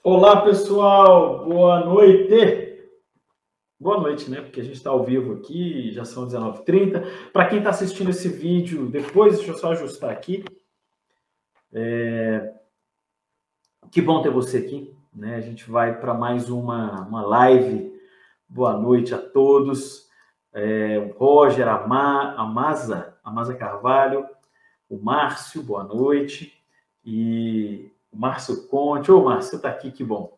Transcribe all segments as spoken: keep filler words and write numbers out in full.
Olá, pessoal! Boa noite! Boa noite, né? Porque a gente está ao vivo aqui, já são dezenove e trinta. Para quem está assistindo esse vídeo depois, deixa eu só ajustar aqui. É... Que bom ter você aqui, né? A gente vai para mais uma, uma live. Boa noite a todos. É... O Roger, a, Ma... a Maza, a Maza Carvalho, o Márcio, boa noite. E o Márcio Conte. Ô, Márcio, você está aqui, que bom.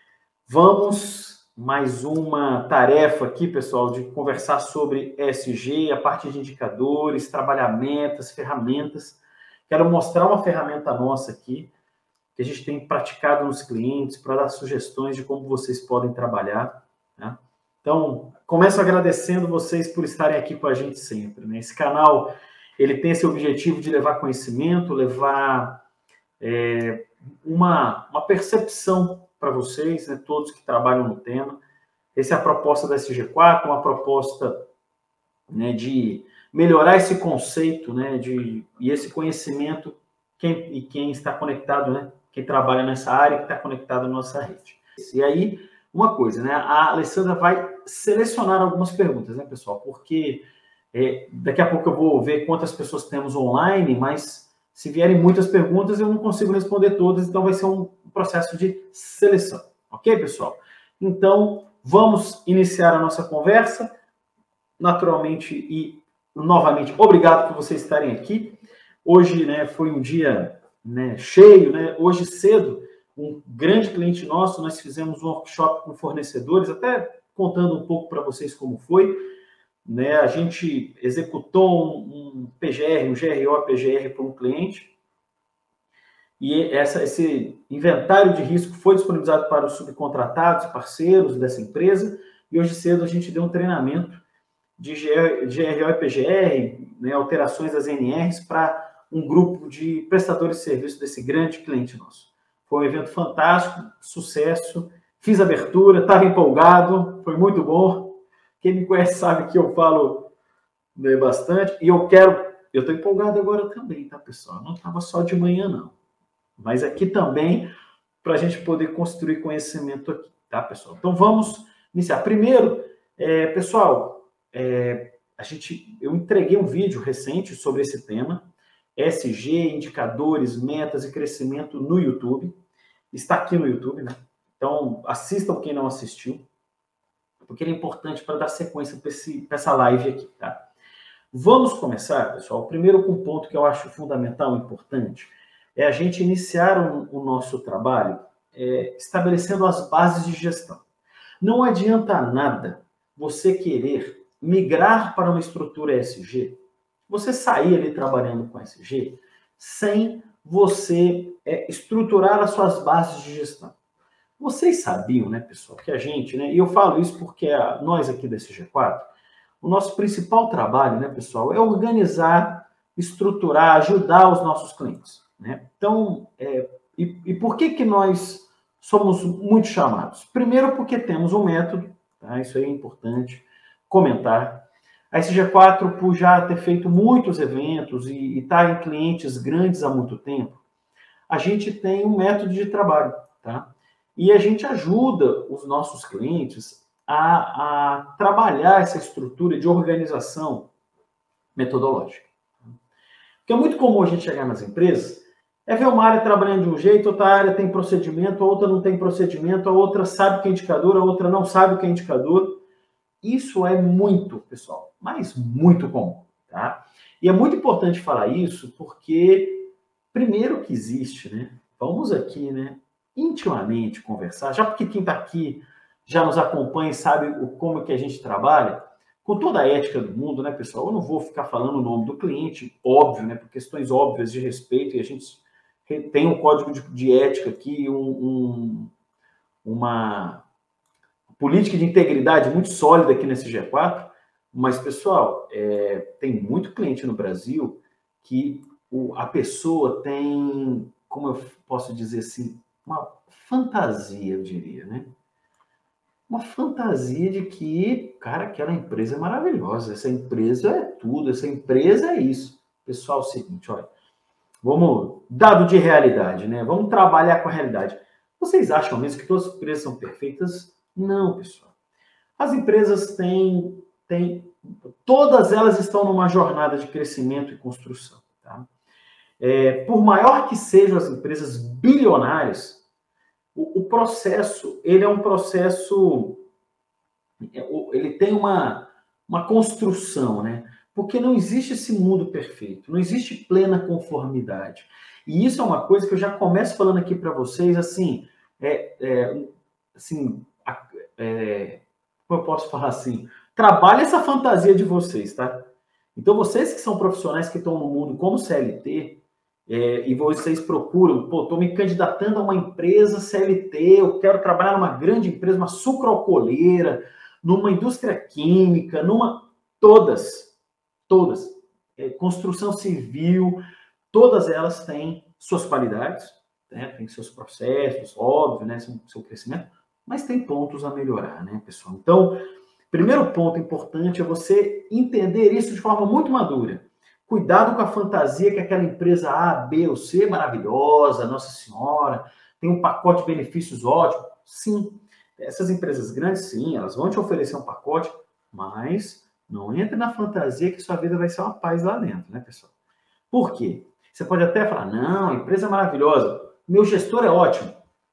Vamos mais uma tarefa aqui, pessoal, de conversar sobre E S G, a parte de indicadores, trabalhar metas, ferramentas. Quero mostrar uma ferramenta nossa aqui, que a gente tem praticado nos clientes, para dar sugestões de como vocês podem trabalhar, né? Então, começo agradecendo vocês por estarem aqui com a gente sempre, né? Esse canal, ele tem esse objetivo de levar conhecimento, levar é, uma, uma percepção para vocês, né, todos que trabalham no tema. Essa é a proposta da S G quatro, uma proposta, né, de melhorar esse conceito, né, de, e esse conhecimento, quem, e quem está conectado, né, quem trabalha nessa área, que está conectado na nossa rede. E aí, uma coisa, né, a Alessandra vai selecionar algumas perguntas, né, pessoal, porque é, daqui a pouco eu vou ver quantas pessoas temos online, mas se vierem muitas perguntas, eu não consigo responder todas, então vai ser um processo de seleção. Ok, pessoal? Então, vamos iniciar a nossa conversa. Naturalmente e novamente, obrigado por vocês estarem aqui. Hoje, né, foi um dia, né, cheio, né? Hoje cedo, um grande cliente nosso, nós fizemos um workshop com fornecedores, até contando um pouco para vocês como foi, né? A gente executou um, um P G R, um G R O P G R para um cliente, e essa, esse inventário de risco foi disponibilizado para os subcontratados, parceiros dessa empresa, e hoje cedo a gente deu um treinamento de G R O e P G R, né, alterações das N Rs para um grupo de prestadores de serviço desse grande cliente nosso. Foi um evento fantástico, sucesso, fiz abertura, estava empolgado, foi muito bom. Quem me conhece sabe que eu falo, né, bastante, e eu quero, eu estou empolgado agora também, tá, pessoal? Não estava só de manhã, não. Mas aqui também, para a gente poder construir conhecimento aqui, tá, pessoal? Então vamos iniciar. Primeiro, é, pessoal, é, a gente, eu entreguei um vídeo recente sobre esse tema, E S G, indicadores, metas e crescimento no YouTube. Está aqui no YouTube, né? Então assistam quem não assistiu, porque ele é importante para dar sequência para essa live aqui, tá? Vamos começar, pessoal, primeiro com um ponto que eu acho fundamental, importante, é a gente iniciar o, o nosso trabalho é, estabelecendo as bases de gestão. Não adianta nada você querer migrar para uma estrutura E S G, você sair ali trabalhando com E S G, sem você é, estruturar as suas bases de gestão. Vocês sabiam, né, pessoal, que a gente, né, e eu falo isso porque a, nós aqui da S G quatro, o nosso principal trabalho, né, pessoal, é organizar, estruturar, ajudar os nossos clientes, né? Então, é, e, e por que que nós somos muito chamados? Primeiro porque temos um método, tá? Isso aí é importante comentar. A S G quatro, por já ter feito muitos eventos e estar em clientes grandes há muito tempo, a gente tem um método de trabalho, tá? E a gente ajuda os nossos clientes a, a trabalhar essa estrutura de organização metodológica. Porque é muito comum a gente chegar nas empresas, é ver uma área trabalhando de um jeito, outra área tem procedimento, a outra não tem procedimento, a outra sabe o que é indicador, a outra não sabe o que é indicador. Isso é muito, pessoal, mas muito comum, tá? E é muito importante falar isso porque, primeiro que existe, né? Vamos aqui, né, intimamente conversar, já porque quem está aqui já nos acompanha e sabe o, como que a gente trabalha, com toda a ética do mundo, né, pessoal? Eu não vou ficar falando o nome do cliente, óbvio, né, por questões óbvias de respeito, e a gente tem um código de, de ética aqui, um, um, uma política de integridade muito sólida aqui nesse G quatro, mas, pessoal, é, tem muito cliente no Brasil que o, a pessoa tem, como eu posso dizer assim, uma fantasia, eu diria, né? Uma fantasia de que, cara, aquela empresa é maravilhosa, essa empresa é tudo, essa empresa é isso. Pessoal, é o seguinte, olha, vamos, dado de realidade, né? Vamos trabalhar com a realidade. Vocês acham mesmo que todas as empresas são perfeitas? Não, pessoal. As empresas têm, têm todas elas estão numa jornada de crescimento e construção. Tá? É, por maior que sejam as empresas bilionárias, o, o processo, ele é um processo, ele tem uma, uma construção, né? Porque não existe esse mundo perfeito, não existe plena conformidade. E isso é uma coisa que eu já começo falando aqui para vocês, assim, é, é, assim, é, como eu posso falar assim? Trabalhe essa fantasia de vocês, tá? Então, vocês que são profissionais que estão no mundo como C L T, é, e vocês procuram, pô, estou me candidatando a uma empresa C L T, eu quero trabalhar numa grande empresa, uma sucroalcooleira, numa indústria química, numa... Todas, todas. É, construção civil, todas elas têm suas qualidades, né? Tem seus processos, óbvio, né? Seu, seu crescimento, mas tem pontos a melhorar, né, pessoal? Então, primeiro ponto importante é você entender isso de forma muito madura. Cuidado com a fantasia que aquela empresa A, B ou C, maravilhosa, Nossa Senhora, tem um pacote de benefícios ótimo. Sim, essas empresas grandes, sim, elas vão te oferecer um pacote, mas não entre na fantasia que sua vida vai ser uma paz lá dentro, né, pessoal? Por quê? Você pode até falar, não, a empresa é maravilhosa, meu gestor é ótimo.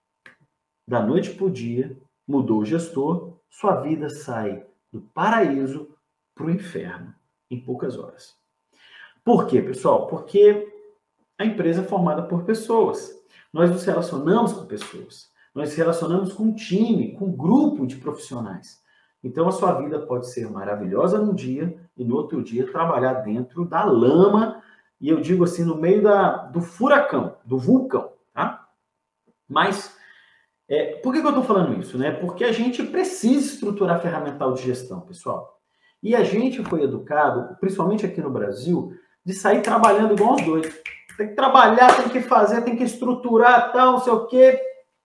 Da noite para o dia, mudou o gestor, sua vida sai do paraíso para o inferno em poucas horas. Por quê, pessoal? Porque a empresa é formada por pessoas. Nós nos relacionamos com pessoas. Nós nos relacionamos com um time, com um grupo de profissionais. Então, a sua vida pode ser maravilhosa num dia e no outro dia trabalhar dentro da lama, e eu digo assim, no meio da, do furacão, do vulcão, tá? Mas, é, por que, que eu estou falando isso? Né? Porque a gente precisa estruturar ferramental de gestão, pessoal. E a gente foi educado, principalmente aqui no Brasil, de sair trabalhando igual os doidos. Tem que trabalhar, tem que fazer, tem que estruturar, tal, não sei o quê.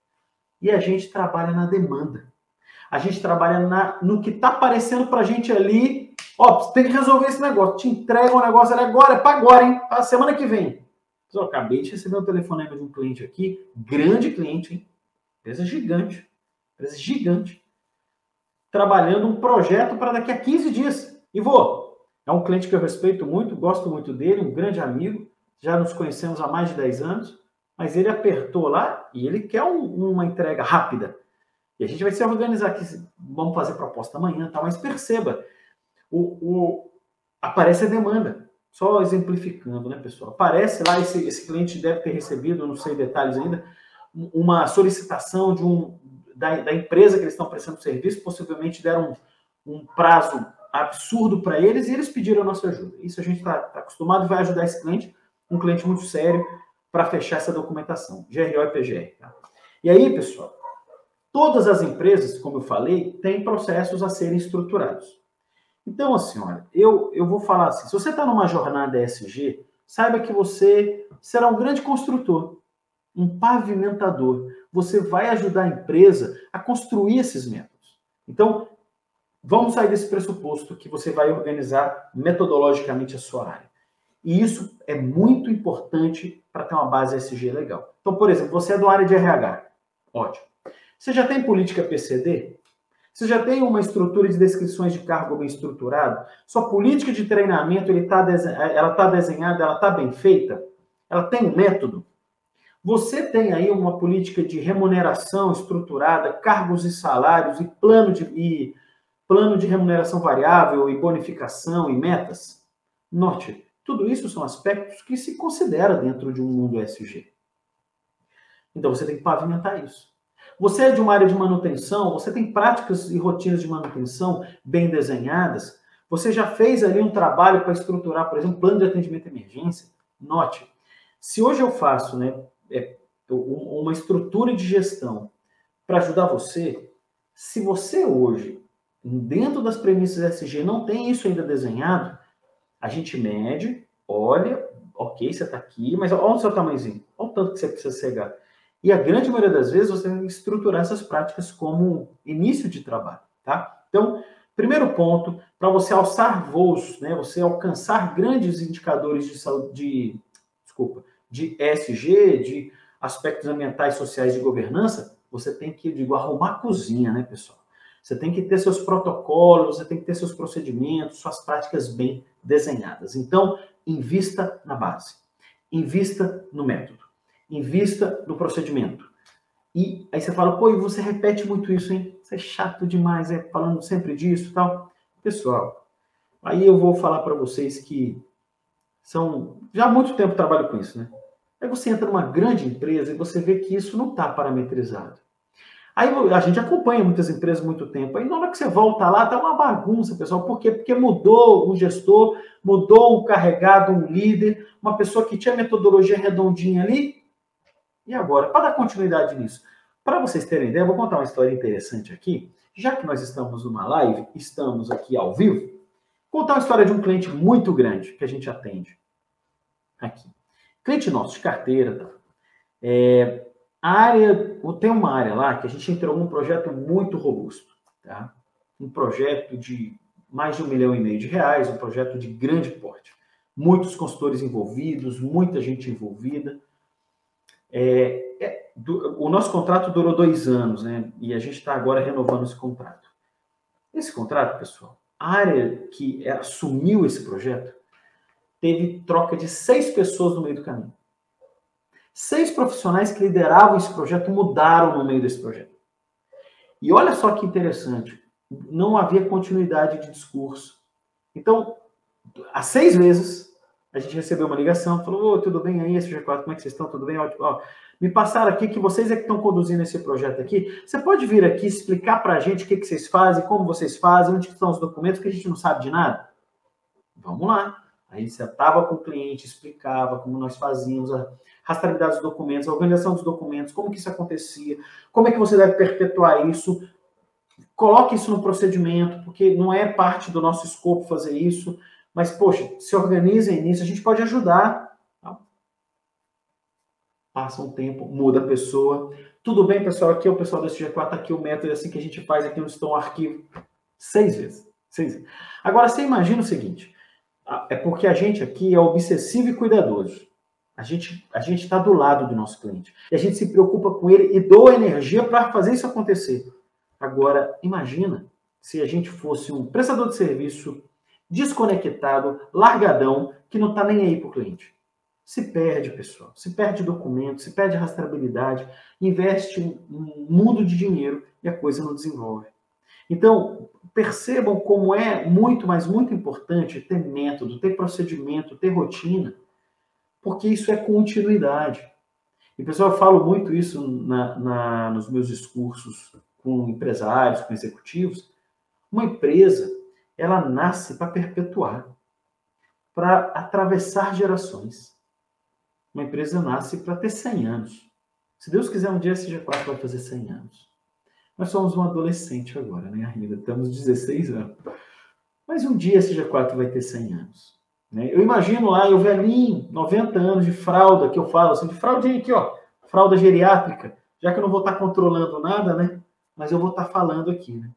E a gente trabalha na demanda. A gente trabalha na, no que está aparecendo para a gente ali. Ó, você tem que resolver esse negócio. Te entrega um negócio ali agora, é para agora, hein? Para semana que vem. Eu acabei de receber um telefonema de um cliente aqui, grande cliente, hein? Empresa gigante. Empresa gigante. Trabalhando um projeto para daqui a quinze dias. E vou. É um cliente que eu respeito muito, gosto muito dele, um grande amigo. Já nos conhecemos há mais de dez anos. Mas ele apertou lá e ele quer um, uma entrega rápida. E a gente vai se organizar aqui. Vamos fazer proposta amanhã, tá? Mas perceba, o, o, aparece a demanda. Só exemplificando, né, pessoal? Aparece lá, esse, esse cliente deve ter recebido, não sei detalhes ainda, uma solicitação de um, da, da empresa que eles estão prestando serviço, possivelmente deram um, um prazo absurdo para eles e eles pediram a nossa ajuda. Isso a gente está tá acostumado e vai ajudar esse cliente, um cliente muito sério, para fechar essa documentação, G R O e P G R. Tá? E aí, pessoal, todas as empresas, como eu falei, têm processos a serem estruturados. Então, assim, olha, eu, eu vou falar assim, se você está numa jornada E S G, saiba que você será um grande construtor, um pavimentador. Você vai ajudar a empresa a construir esses métodos. Então, vamos sair desse pressuposto que você vai organizar metodologicamente a sua área. E isso é muito importante para ter uma base E S G legal. Então, por exemplo, você é da área de R H. Ótimo. Você já tem política P C D? Você já tem uma estrutura de descrições de cargo bem estruturada? Sua política de treinamento ele tá desen... ela está desenhada, ela está bem feita? Ela tem um método? Você tem aí uma política de remuneração estruturada, cargos e salários e plano de, e plano de remuneração variável e bonificação e metas? Note, tudo isso são aspectos que se considera dentro de um mundo E S G. Então você tem que pavimentar isso. Você é de uma área de manutenção, você tem práticas e rotinas de manutenção bem desenhadas, você já fez ali um trabalho para estruturar, por exemplo, plano de atendimento à emergência. Note, se hoje eu faço, né, é, uma estrutura de gestão para ajudar você, se você hoje, dentro das premissas S G, não tem isso ainda desenhado, a gente mede, olha, ok, você está aqui, mas olha o seu tamanhozinho, olha o tanto que você precisa cegar. E a grande maioria das vezes você tem que estruturar essas práticas como início de trabalho, tá? Então, primeiro ponto, para você alçar voos, né, você alcançar grandes indicadores de saúde, de, desculpa, de E S G, de aspectos ambientais, sociais e de governança, você tem que, eu digo, arrumar a cozinha, né, pessoal? Você tem que ter seus protocolos, você tem que ter seus procedimentos, suas práticas bem desenhadas. Então, invista na base. Invista no método. Invista no procedimento. E aí você fala, pô, e você repete muito isso, hein? Você é chato demais, é falando sempre disso e tal. Pessoal, aí eu vou falar para vocês que são... Já há muito tempo trabalho com isso, né? Aí você entra numa grande empresa e você vê que isso não está parametrizado. Aí a gente acompanha muitas empresas há muito tempo. Aí na hora que você volta lá, tá uma bagunça, pessoal. Por quê? Porque mudou um gestor, mudou um carregado, um líder, uma pessoa que tinha metodologia redondinha ali. E agora, para dar continuidade nisso, para vocês terem ideia, eu vou contar uma história interessante aqui. Já que nós estamos numa live, estamos aqui ao vivo, contar uma história de um cliente muito grande que a gente atende aqui. Cliente nosso de carteira, tá? É, a área, tem uma área lá que a gente entrou num projeto muito robusto, tá? Um projeto de mais de um milhão e meio de reais, um projeto de grande porte. Muitos consultores envolvidos, muita gente envolvida. É, é, do, o nosso contrato durou dois anos, né? E a gente está agora renovando esse contrato. Esse contrato, pessoal, a área que assumiu esse projeto teve troca de seis pessoas no meio do caminho. Seis profissionais que lideravam esse projeto mudaram no meio desse projeto. E olha só que interessante, não havia continuidade de discurso. Então, há seis vezes, a gente recebeu uma ligação, falou, oh, tudo bem aí, S G quatro, como é que vocês estão? Tudo bem? Ótimo. Ó, me passaram aqui que vocês é que estão conduzindo esse projeto aqui. Você pode vir aqui explicar para a gente o que, que vocês fazem, como vocês fazem, onde estão os documentos, que a gente não sabe de nada? Vamos lá. A gente sentava com o cliente, explicava como nós fazíamos a rastreabilidade dos documentos, a organização dos documentos, como que isso acontecia, como é que você deve perpetuar isso. Coloque isso no procedimento, porque não é parte do nosso escopo fazer isso, mas, poxa, se organizem nisso, a gente pode ajudar. Passa um tempo, muda a pessoa. Tudo bem, pessoal, aqui é o pessoal do S G quatro, aqui é o método, é assim que a gente faz, aqui onde está o arquivo. Seis vezes. Seis vezes. Agora, você imagina o seguinte, é porque a gente aqui é obsessivo e cuidadoso. A gente a gente está do lado do nosso cliente. E a gente se preocupa com ele e doa energia para fazer isso acontecer. Agora, imagina se a gente fosse um prestador de serviço desconectado, largadão, que não está nem aí para o cliente. Se perde, pessoal. Se perde documento, se perde rastreabilidade, investe um mundo de dinheiro e a coisa não desenvolve. Então, percebam como é muito, mas muito importante ter método, ter procedimento, ter rotina, porque isso é continuidade. E, pessoal, eu falo muito isso na, na, nos meus discursos com empresários, com executivos. Uma empresa, ela nasce para perpetuar, para atravessar gerações. Uma empresa nasce para ter cem anos. Se Deus quiser, um dia a S G quatro vai fazer cem anos. Nós somos um adolescente agora, né, ainda estamos dezesseis anos. Mas um dia a S G quatro vai ter cem anos. Né? Eu imagino lá, eu velhinho, noventa anos de fralda, que eu falo assim, de fraldinha aqui, ó, fralda geriátrica, já que eu não vou estar controlando nada, né? Mas eu vou estar falando aqui, né?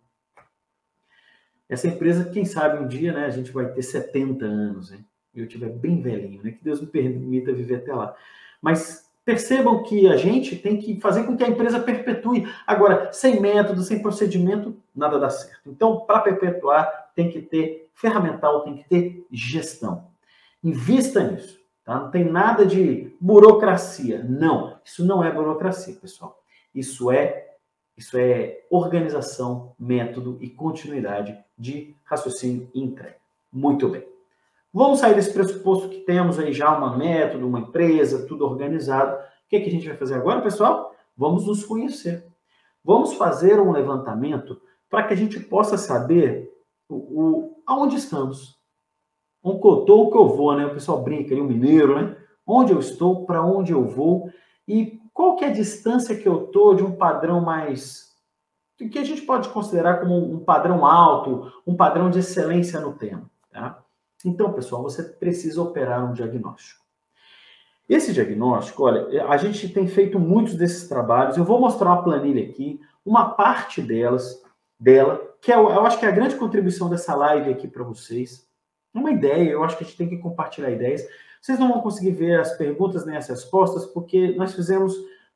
Essa empresa, quem sabe um dia, né, a gente vai ter setenta anos, né? E eu estiver bem velhinho, né? Que Deus me permita viver até lá. Mas percebam que a gente tem que fazer com que a empresa perpetue. Agora, sem método, sem procedimento, nada dá certo. Então, para perpetuar, tem que ter ferramental, tem que ter gestão. Invista nisso. Tá? Não tem nada de burocracia. Não, isso não é burocracia, pessoal. Isso é, isso é organização, método e continuidade de raciocínio e entrega. Muito bem. Vamos sair desse pressuposto que temos aí já uma método, uma empresa, tudo organizado. O que, é que a gente vai fazer agora, pessoal? Vamos nos conhecer. Vamos fazer um levantamento para que a gente possa saber o, o, aonde estamos. Onde eu estou, o que eu vou, né? O pessoal brinca aí, o mineiro, né? Onde eu estou, para onde eu vou e qual que é a distância que eu estou de um padrão mais... que a gente pode considerar como um padrão alto, um padrão de excelência no tema, tá? Então, pessoal, você precisa operar um diagnóstico. Esse diagnóstico, olha, a gente tem feito muitos desses trabalhos. Eu vou mostrar uma planilha aqui, uma parte delas, dela, que é, eu acho que é a grande contribuição dessa live aqui para vocês. Uma ideia, eu acho que a gente tem que compartilhar ideias. Vocês não vão conseguir ver as perguntas nem as respostas, porque nós fizemos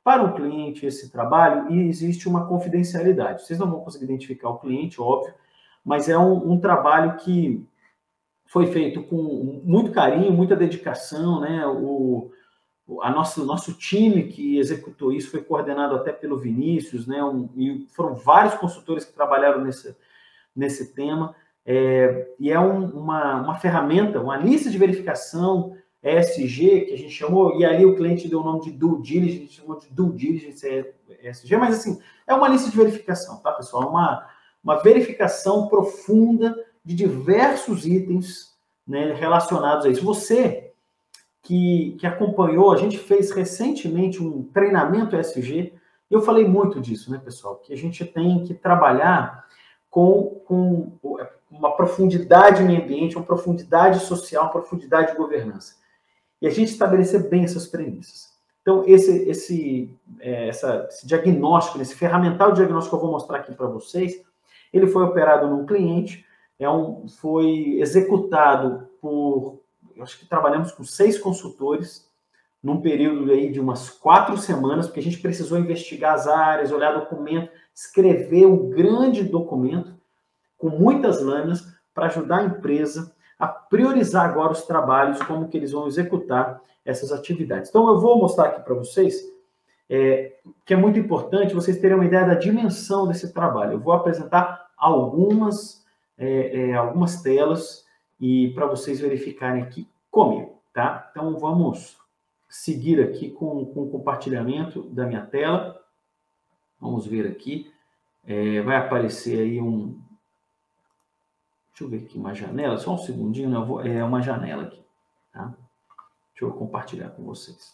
para o cliente esse trabalho e existe uma confidencialidade. Vocês não vão conseguir identificar o cliente, óbvio, mas é um, um trabalho que foi feito com muito carinho, muita dedicação, né? O, a nossa, o nosso time que executou isso foi coordenado até pelo Vinícius, né? Um, e foram vários consultores que trabalharam nesse, nesse tema. É, e é um, uma, uma ferramenta, uma lista de verificação E S G, que a gente chamou, e ali o cliente deu o nome de Due Diligence, a gente chamou de Due Diligence E S G, mas assim, é uma lista de verificação, tá, pessoal? Uma, uma verificação profunda de diversos itens, né, relacionados a isso. Você que, que acompanhou, a gente fez recentemente um treinamento E S G, e eu falei muito disso, né, pessoal? Que a gente tem que trabalhar com, com uma profundidade no ambiente, uma profundidade social, uma profundidade de governança. E a gente estabelecer bem essas premissas. Então, esse, esse, é, essa, esse diagnóstico, esse ferramental de diagnóstico que eu vou mostrar aqui para vocês, ele foi operado num cliente, é um, foi executado por, eu acho que trabalhamos com seis consultores, num período aí de umas quatro semanas, porque a gente precisou investigar as áreas, olhar documento, escrever um grande documento, com muitas lâminas, para ajudar a empresa a priorizar agora os trabalhos, como que eles vão executar essas atividades. Então, eu vou mostrar aqui para vocês, é, que é muito importante vocês terem uma ideia da dimensão desse trabalho. Eu vou apresentar algumas, é, é, algumas telas e para vocês verificarem aqui comigo, tá? Então, vamos seguir aqui com, com o compartilhamento da minha tela. Vamos ver aqui. É, vai aparecer aí um... Deixa eu ver aqui uma janela, só um segundinho, né? Eu vou, é uma janela aqui, tá? Deixa eu compartilhar com vocês.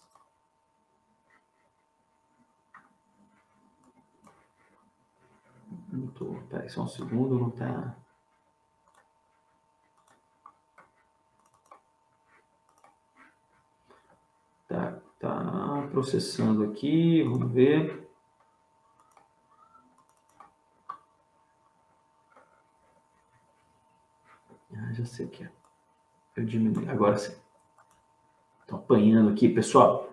Não tô, peraí, só um segundo, não tá... Tá, tá processando aqui, vamos ver. Ah, já sei o que é. Eu diminui, agora sim. Estou apanhando aqui, pessoal.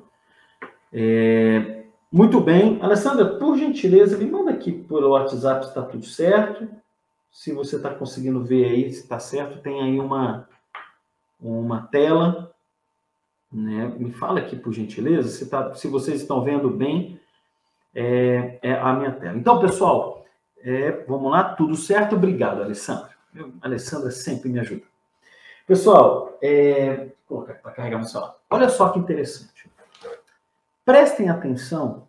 É, muito bem. Alessandra, por gentileza, me manda aqui por WhatsApp se está tudo certo. Se você está conseguindo ver aí se está certo, tem aí uma, uma tela. Né? Me fala aqui, por gentileza, se, tá, se vocês estão vendo bem é, é a minha tela. Então, pessoal, é, vamos lá, tudo certo? Obrigado, Alessandra. A Alessandra sempre me ajuda. Pessoal, é, vou colocar para carregar no celular. Olha só que interessante. Prestem atenção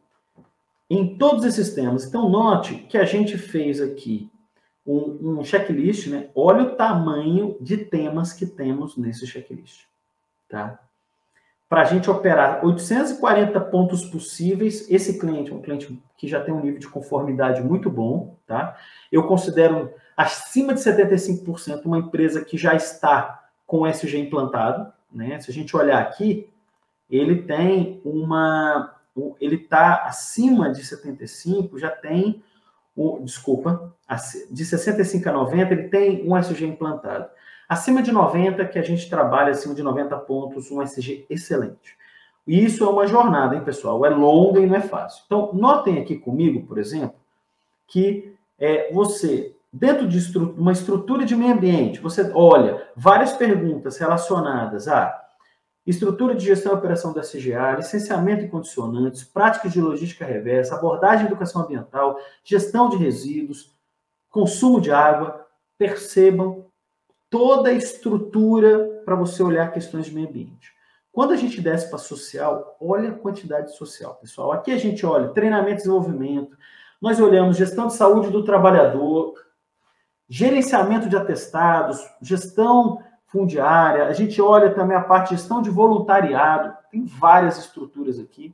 em todos esses temas. Então, note que a gente fez aqui um, um checklist, né? Olha o tamanho de temas que temos nesse checklist, tá? Para a gente operar oitocentos e quarenta pontos possíveis, esse cliente é um cliente que já tem um nível de conformidade muito bom, tá? Eu considero acima de setenta e cinco por cento uma empresa que já está com o E S G implantado, né? Se a gente olhar aqui, ele tem uma... ele está acima de setenta e cinco, já tem... O, desculpa, de sessenta e cinco a noventa, ele tem um E S G implantado. Acima de noventa, que a gente trabalha acima de noventa pontos, um E S G excelente. E isso é uma jornada, hein, pessoal? É longa e não é fácil. Então, notem aqui comigo, por exemplo, que é, você, dentro de estru uma estrutura de meio ambiente, você olha várias perguntas relacionadas a estrutura de gestão e operação da C G A, licenciamento em condicionantes, práticas de logística reversa, abordagem de educação ambiental, gestão de resíduos, consumo de água. Percebam toda a estrutura para você olhar questões de meio ambiente. Quando a gente desce para social, olha a quantidade social, pessoal. Aqui a gente olha treinamento e desenvolvimento, nós olhamos gestão de saúde do trabalhador, gerenciamento de atestados, gestão fundiária, a gente olha também a parte de gestão de voluntariado, tem várias estruturas aqui.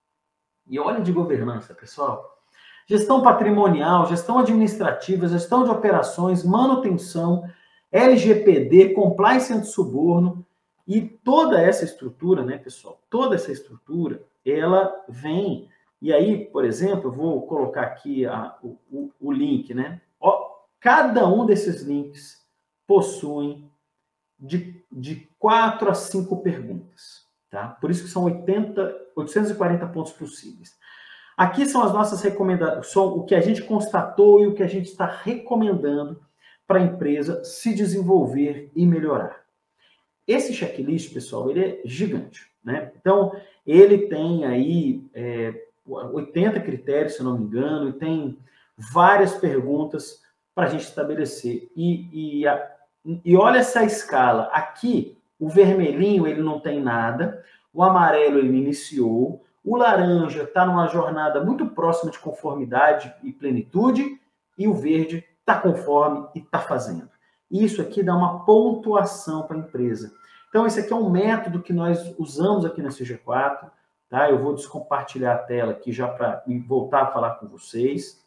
E olha de governança, pessoal. Gestão patrimonial, gestão administrativa, gestão de operações, manutenção, L G P D, compliance anti-suborno, e toda essa estrutura, né, pessoal? Toda essa estrutura, ela vem... E aí, por exemplo, eu vou colocar aqui a, o, o, o link, né? Ó, cada um desses links possuem de, de quatro a cinco perguntas, tá? Por isso que são oitenta, oitocentos e quarenta pontos possíveis. Aqui são as nossas recomendações, o que a gente constatou e o que a gente está recomendando para a empresa se desenvolver e melhorar. Esse checklist, pessoal, ele é gigante, né? Então, ele tem aí é, oitenta critérios, se não me engano, e tem várias perguntas para a gente estabelecer. E, e, a, e olha essa escala. Aqui, o vermelhinho, ele não tem nada, o amarelo, ele iniciou, o laranja está numa jornada muito próxima de conformidade e plenitude, e o verde está conforme e está fazendo. Isso aqui dá uma pontuação para a empresa. Então, esse aqui é um método que nós usamos aqui na C G quatro. Tá? Eu vou descompartilhar a tela aqui já para voltar a falar com vocês.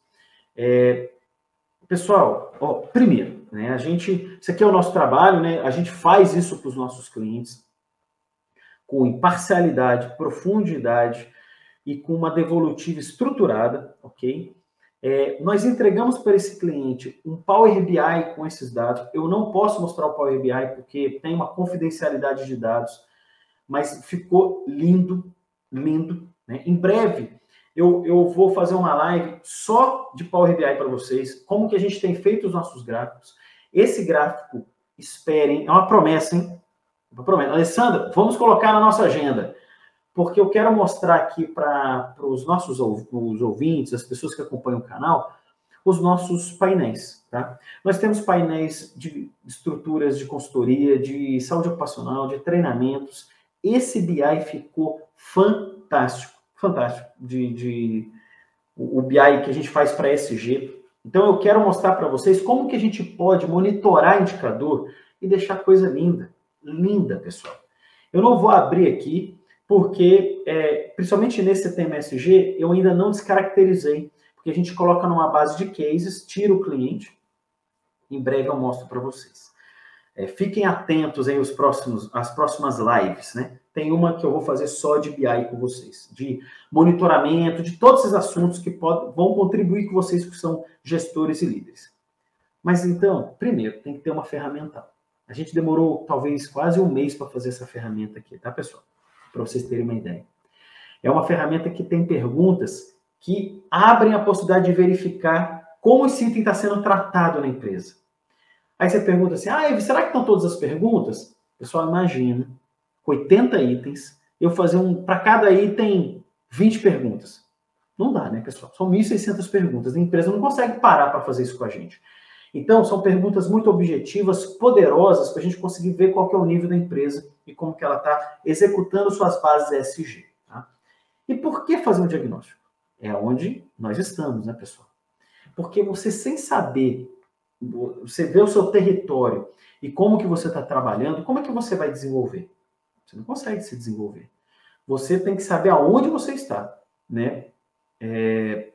É, pessoal, ó, primeiro, né, a gente, isso aqui é o nosso trabalho, né, a gente faz isso para os nossos clientes com imparcialidade, profundidade e com uma devolutiva estruturada, ok? É, nós entregamos para esse cliente um Power B I com esses dados. Eu não posso mostrar o Power B I porque tem uma confidencialidade de dados, mas ficou lindo, lindo. Né? Em breve, eu, eu vou fazer uma live só de Power B I para vocês, como que a gente tem feito os nossos gráficos. Esse gráfico, esperem, é uma promessa, hein? Uma promessa. Alessandra, vamos colocar na nossa agenda, porque eu quero mostrar aqui para os nossos os ouvintes, as pessoas que acompanham o canal, os nossos painéis. Tá? Nós temos painéis de estruturas de consultoria, de saúde ocupacional, de treinamentos. Esse B I ficou fantástico, fantástico, de, de, o B I que a gente faz para E S G. Então, eu quero mostrar para vocês como que a gente pode monitorar indicador e deixar coisa linda, linda, pessoal. Eu não vou abrir aqui, porque, é, principalmente nesse tema E S G, eu ainda não descaracterizei, porque a gente coloca numa base de cases, tira o cliente, em breve eu mostro para vocês. É, fiquem atentos aí os próximos, as próximas lives, né? Tem uma que eu vou fazer só de B I com vocês, de monitoramento, de todos esses assuntos que podem, vão contribuir com vocês que são gestores e líderes. Mas então, primeiro, tem que ter uma ferramenta. A gente demorou talvez quase um mês para fazer essa ferramenta aqui, tá, pessoal? Para vocês terem uma ideia. É uma ferramenta que tem perguntas que abrem a possibilidade de verificar como esse item está sendo tratado na empresa. Aí você pergunta assim, ah, será que estão todas as perguntas? Pessoal, imagina, oitenta itens, eu fazer um, para cada item, vinte perguntas. Não dá, né, pessoal? São mil e seiscentas perguntas. A empresa não consegue parar para fazer isso com a gente. Então, são perguntas muito objetivas, poderosas, para a gente conseguir ver qual que é o nível da empresa e como que ela está executando suas bases E S G. Tá? E por que fazer um diagnóstico? É onde nós estamos, né, pessoal? Porque você, sem saber, você vê o seu território e como que você está trabalhando, como é que você vai desenvolver? Você não consegue se desenvolver. Você tem que saber aonde você está, né? É...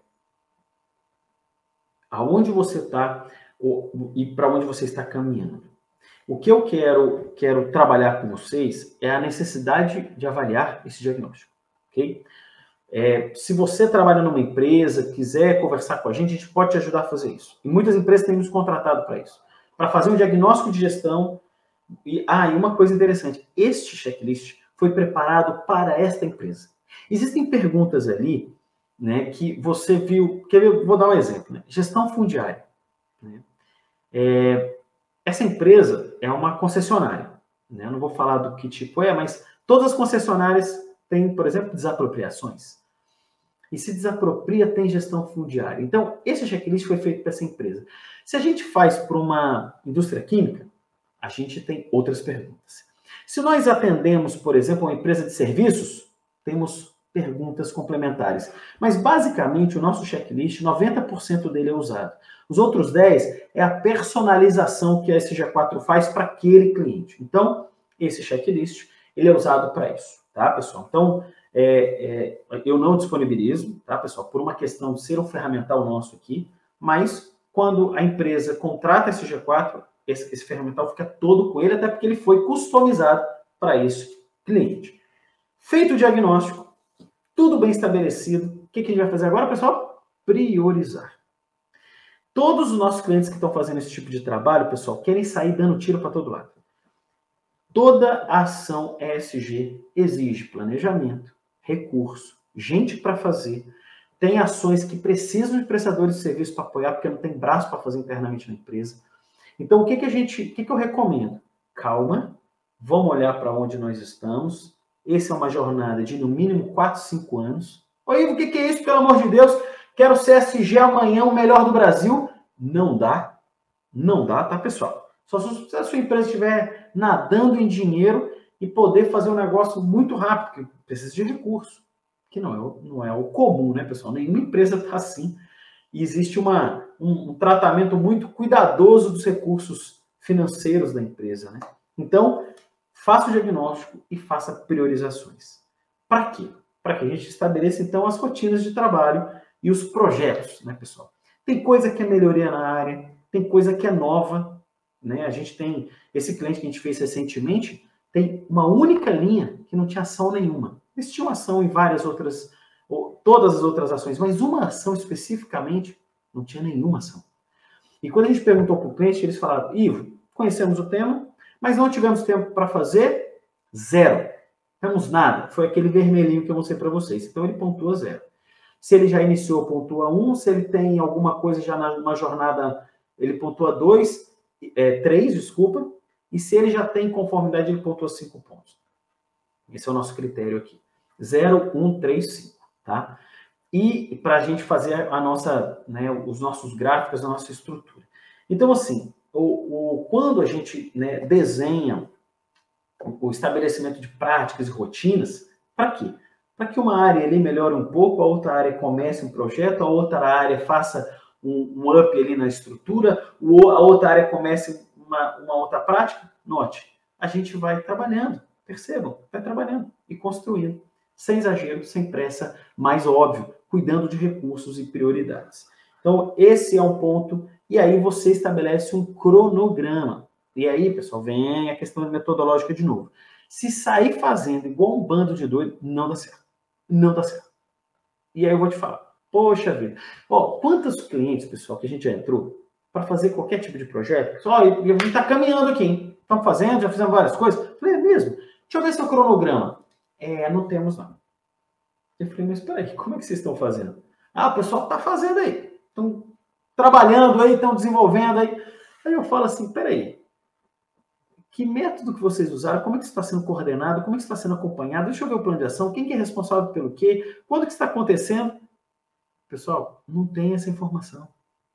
Aonde você está e para onde você está caminhando. O que eu quero, quero trabalhar com vocês é a necessidade de avaliar esse diagnóstico, ok? É, se você trabalha numa empresa, quiser conversar com a gente, a gente pode te ajudar a fazer isso. E muitas empresas têm nos contratado para isso. Para fazer um diagnóstico de gestão. E, ah, e uma coisa interessante, este checklist foi preparado para esta empresa. Existem perguntas ali, né, que você viu, quer ver, vou dar um exemplo, né? Gestão fundiária. Né? É, essa empresa é uma concessionária. Né? Eu não vou falar do que tipo é, mas todas as concessionárias têm, por exemplo, desapropriações. E se desapropria, tem gestão fundiária. Então, esse checklist foi feito para essa empresa. Se a gente faz para uma indústria química, a gente tem outras perguntas. Se nós atendemos, por exemplo, uma empresa de serviços, temos perguntas complementares. Mas, basicamente, o nosso checklist, noventa por cento dele é usado. Os outros dez por cento é a personalização que a S G quatro faz para aquele cliente. Então, esse checklist, ele é usado para isso, tá, pessoal? Então, é, é, eu não disponibilizo, tá, pessoal, por uma questão de ser um ferramental nosso aqui, mas quando a empresa contrata a S G quatro, esse, esse ferramental fica todo com ele, até porque ele foi customizado para esse cliente. Feito o diagnóstico, tudo bem estabelecido, o que, que a gente vai fazer agora, pessoal? Priorizar. Todos os nossos clientes que estão fazendo esse tipo de trabalho, pessoal, querem sair dando tiro para todo lado. Toda ação E S G exige planejamento, recurso, gente para fazer, tem ações que precisam de prestadores de serviço para apoiar, porque não tem braço para fazer internamente na empresa. Então, o que, que a gente, o que, que eu recomendo? Calma, vamos olhar para onde nós estamos. Essa é uma jornada de no mínimo quatro, cinco anos. Oi, o que, que é isso, pelo amor de Deus? Quero C S G amanhã, o melhor do Brasil. Não dá. Não dá, tá, pessoal? Só se a sua empresa estiver nadando em dinheiro e poder fazer um negócio muito rápido, porque precisa de recurso. Que não é, o, não é o comum, né, pessoal? Nenhuma empresa está assim. E existe uma, um, um tratamento muito cuidadoso dos recursos financeiros da empresa, né? Então, faça o diagnóstico e faça priorizações. Para quê? Para que a gente estabeleça, então, as rotinas de trabalho e os projetos, né, pessoal? Tem coisa que é melhoria na área, tem coisa que é nova, né? A gente tem, esse cliente que a gente fez recentemente, tem uma única linha que não tinha ação nenhuma. Eles tinham ação em várias outras, ou todas as outras ações, mas uma ação especificamente não tinha nenhuma ação. E quando a gente perguntou para o cliente, eles falaram, Ivo, conhecemos o tema, mas não tivemos tempo para fazer zero. Não temos nada. Foi aquele vermelhinho que eu mostrei para vocês. Então ele pontua zero. Se ele já iniciou, pontua um. Se ele tem alguma coisa já numa jornada, ele pontua dois, é, três, desculpa. E se ele já tem conformidade, ele pontua cinco pontos. Esse é o nosso critério aqui. zero, um, três, cinco, tá? E para a gente fazer a nossa, né, os nossos gráficos, a nossa estrutura. Então, assim, o, o, quando a gente, né, desenha o estabelecimento de práticas e rotinas, para quê? Para que uma área ali melhore um pouco, a outra área comece um projeto, a outra área faça um, um up ali na estrutura, a outra área comece uma, uma outra prática. Note, a gente vai trabalhando, percebam, vai trabalhando e construindo, sem exagero, sem pressa, mais óbvio, cuidando de recursos e prioridades. Então, esse é um ponto, e aí você estabelece um cronograma. E aí, pessoal, vem a questão metodológica de novo. Se sair fazendo igual um bando de doido, não dá certo. Não dá certo. E aí eu vou te falar, poxa vida. Ó, quantos clientes, pessoal, que a gente já entrou para fazer qualquer tipo de projeto? Só, a gente está caminhando aqui, hein? Estamos fazendo, já fizemos várias coisas. Eu falei, é mesmo? Deixa eu ver seu cronograma. É, não temos não. Eu falei, mas peraí, como é que vocês estão fazendo? Ah, o pessoal está fazendo aí. Estão trabalhando aí, estão desenvolvendo aí. Aí eu falo assim, peraí, que método que vocês usaram? Como é que isso está sendo coordenado? Como é que isso está sendo acompanhado? Deixa eu ver o plano de ação. Quem que é responsável pelo quê? Quando que está acontecendo? Pessoal, não tem essa informação.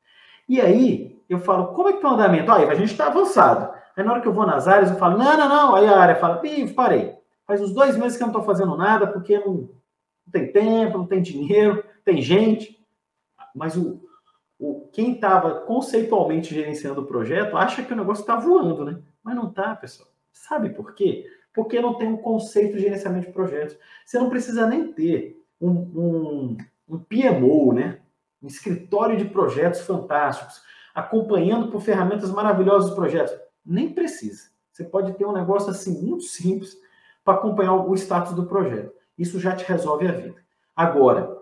E aí, eu falo, como é que está o andamento? Aí, a gente está avançado. Aí, na hora que eu vou nas áreas, eu falo, não, não, não. Aí a área fala, ih, parei. Faz uns dois meses que eu não estou fazendo nada, porque não, não tem tempo, não tem dinheiro, tem gente. Mas o, o, quem estava conceitualmente gerenciando o projeto acha que o negócio está voando, né? Mas não está, pessoal. Sabe por quê? Porque não tem um conceito de gerenciamento de projetos. Você não precisa nem ter um, um, um P M O, né? Um escritório de projetos fantásticos, acompanhando por ferramentas maravilhosas os projetos. Nem precisa. Você pode ter um negócio assim muito simples para acompanhar o status do projeto. Isso já te resolve a vida. Agora,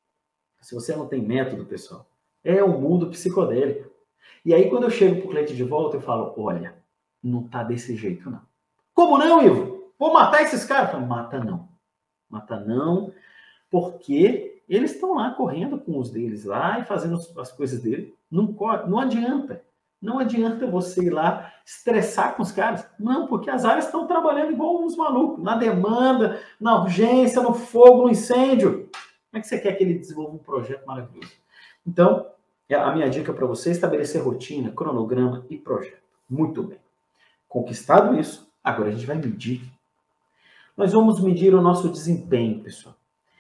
se você não tem método, pessoal, é o mundo psicodélico. E aí, quando eu chego para o cliente de volta, eu falo, olha, não está desse jeito, não. Como não, Ivo? Vou matar esses caras? Eu falo, mata não. Mata não, porque eles estão lá correndo com os deles lá e fazendo as coisas dele. Não, não adianta. Não adianta você ir lá estressar com os caras. Não, porque as áreas estão trabalhando igual uns malucos. Na demanda, na urgência, no fogo, no incêndio. Como é que você quer que ele desenvolva um projeto maravilhoso? Então, a minha dica para você é estabelecer rotina, cronograma e projeto. Muito bem. Conquistado isso, agora a gente vai medir. Nós vamos medir o nosso desempenho, pessoal.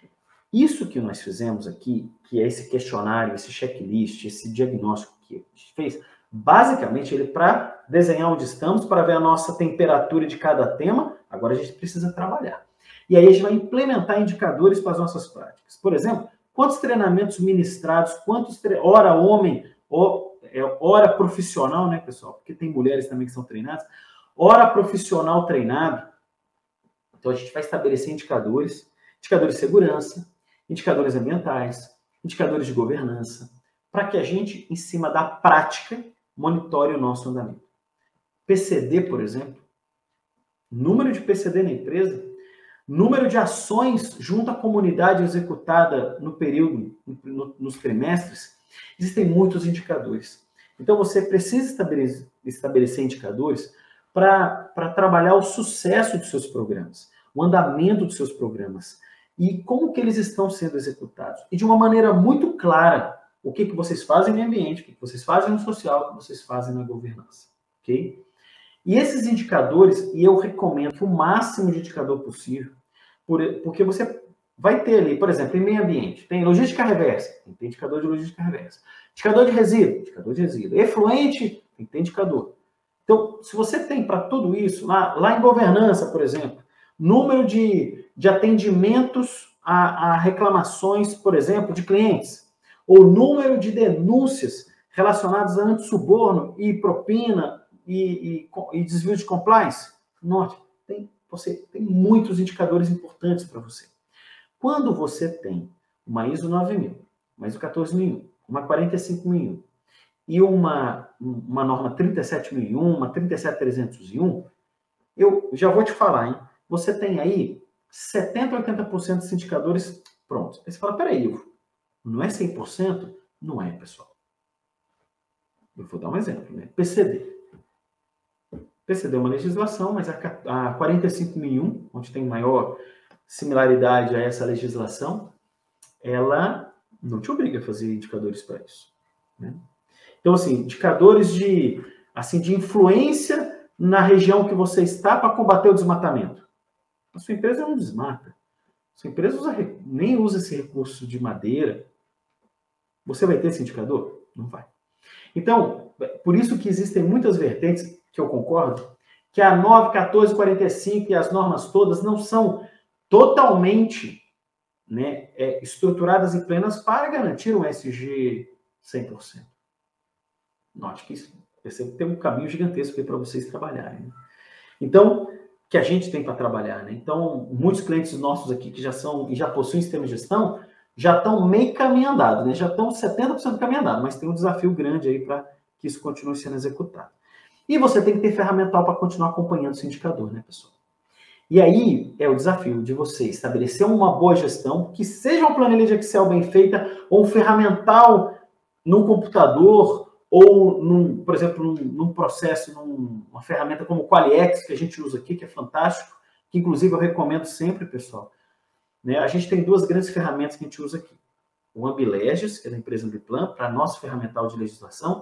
Isso que nós fizemos aqui, que é esse questionário, esse checklist, esse diagnóstico que a gente fez, basicamente ele para desenhar onde estamos, para ver a nossa temperatura de cada tema, agora a gente precisa trabalhar. E aí a gente vai implementar indicadores para as nossas práticas. Por exemplo, quantos treinamentos ministrados, quantos tre... hora homem, hora profissional, né, pessoal? Porque tem mulheres também que são treinadas. Hora profissional treinado. Então a gente vai estabelecer indicadores, indicadores de segurança, indicadores ambientais, indicadores de governança, para que a gente, em cima da prática, monitore o nosso andamento. P C D, por exemplo, número de P C D na empresa, número de ações junto à comunidade executada no período, no, nos trimestres. Existem muitos indicadores. Então, você precisa estabelecer, estabelecer indicadores para trabalhar o sucesso dos seus programas, o andamento dos seus programas e como que eles estão sendo executados. E de uma maneira muito clara, o que, que vocês fazem no ambiente, o que, que vocês fazem no social, o que vocês fazem na governança. Ok? E esses indicadores, e eu recomendo o máximo de indicador possível, porque você vai ter ali, por exemplo, em meio ambiente, tem logística reversa, tem que ter indicador de logística reversa. Indicador de resíduo, indicador de resíduo. Efluente, tem que ter indicador. Então, se você tem para tudo isso, lá, lá em governança, por exemplo, número de, de atendimentos a, a reclamações, por exemplo, de clientes, ou número de denúncias relacionadas a antissuborno e propina e, e, e desvio de compliance, note, tem, você tem muitos indicadores importantes para você. Quando você tem uma ISO nove mil, uma ISO quatorze mil e um, uma quarenta e cinco mil e um e uma, uma norma trinta e sete mil e um, uma trinta e sete mil trezentos e um, eu já vou te falar, hein? Você tem aí setenta a oitenta por cento dos indicadores prontos. Aí você fala, peraí, Ivo, não é cem por cento? Não é, pessoal. Eu vou dar um exemplo, né? P C D. P C D é uma legislação, mas a quarenta e cinco mil e um, onde tem maior similaridade a essa legislação, ela não te obriga a fazer indicadores para isso. Né? Então, assim, indicadores de, assim, de influência na região que você está para combater o desmatamento. A sua empresa não desmata. A sua empresa usa, nem usa esse recurso de madeira. Você vai ter esse indicador? Não vai. Então, por isso que existem muitas vertentes, que eu concordo, que a nove, quatorze, quarenta e cinco e as normas todas não são totalmente, né, é, estruturadas e plenas para garantir um E S G cem por cento. Note que isso tem um caminho gigantesco para vocês trabalharem. Né? Então, que a gente tem para trabalhar. Né? Então, muitos clientes nossos aqui que já são e já possuem sistema de gestão, já estão meio caminho andado, né? Já estão setenta por cento do caminho andado, mas tem um desafio grande aí para que isso continue sendo executado. E você tem que ter ferramental para continuar acompanhando esse indicador, né, pessoal? E aí é o desafio de você estabelecer uma boa gestão, que seja uma planilha de Excel bem feita, ou um ferramental num computador, ou, num, por exemplo, num, num processo, numa ferramenta como o Qualiex, que a gente usa aqui, que é fantástico, que inclusive eu recomendo sempre, pessoal. Né? A gente tem duas grandes ferramentas que a gente usa aqui. O Ambileges, que é da empresa Ambiplan, para nosso ferramental de legislação,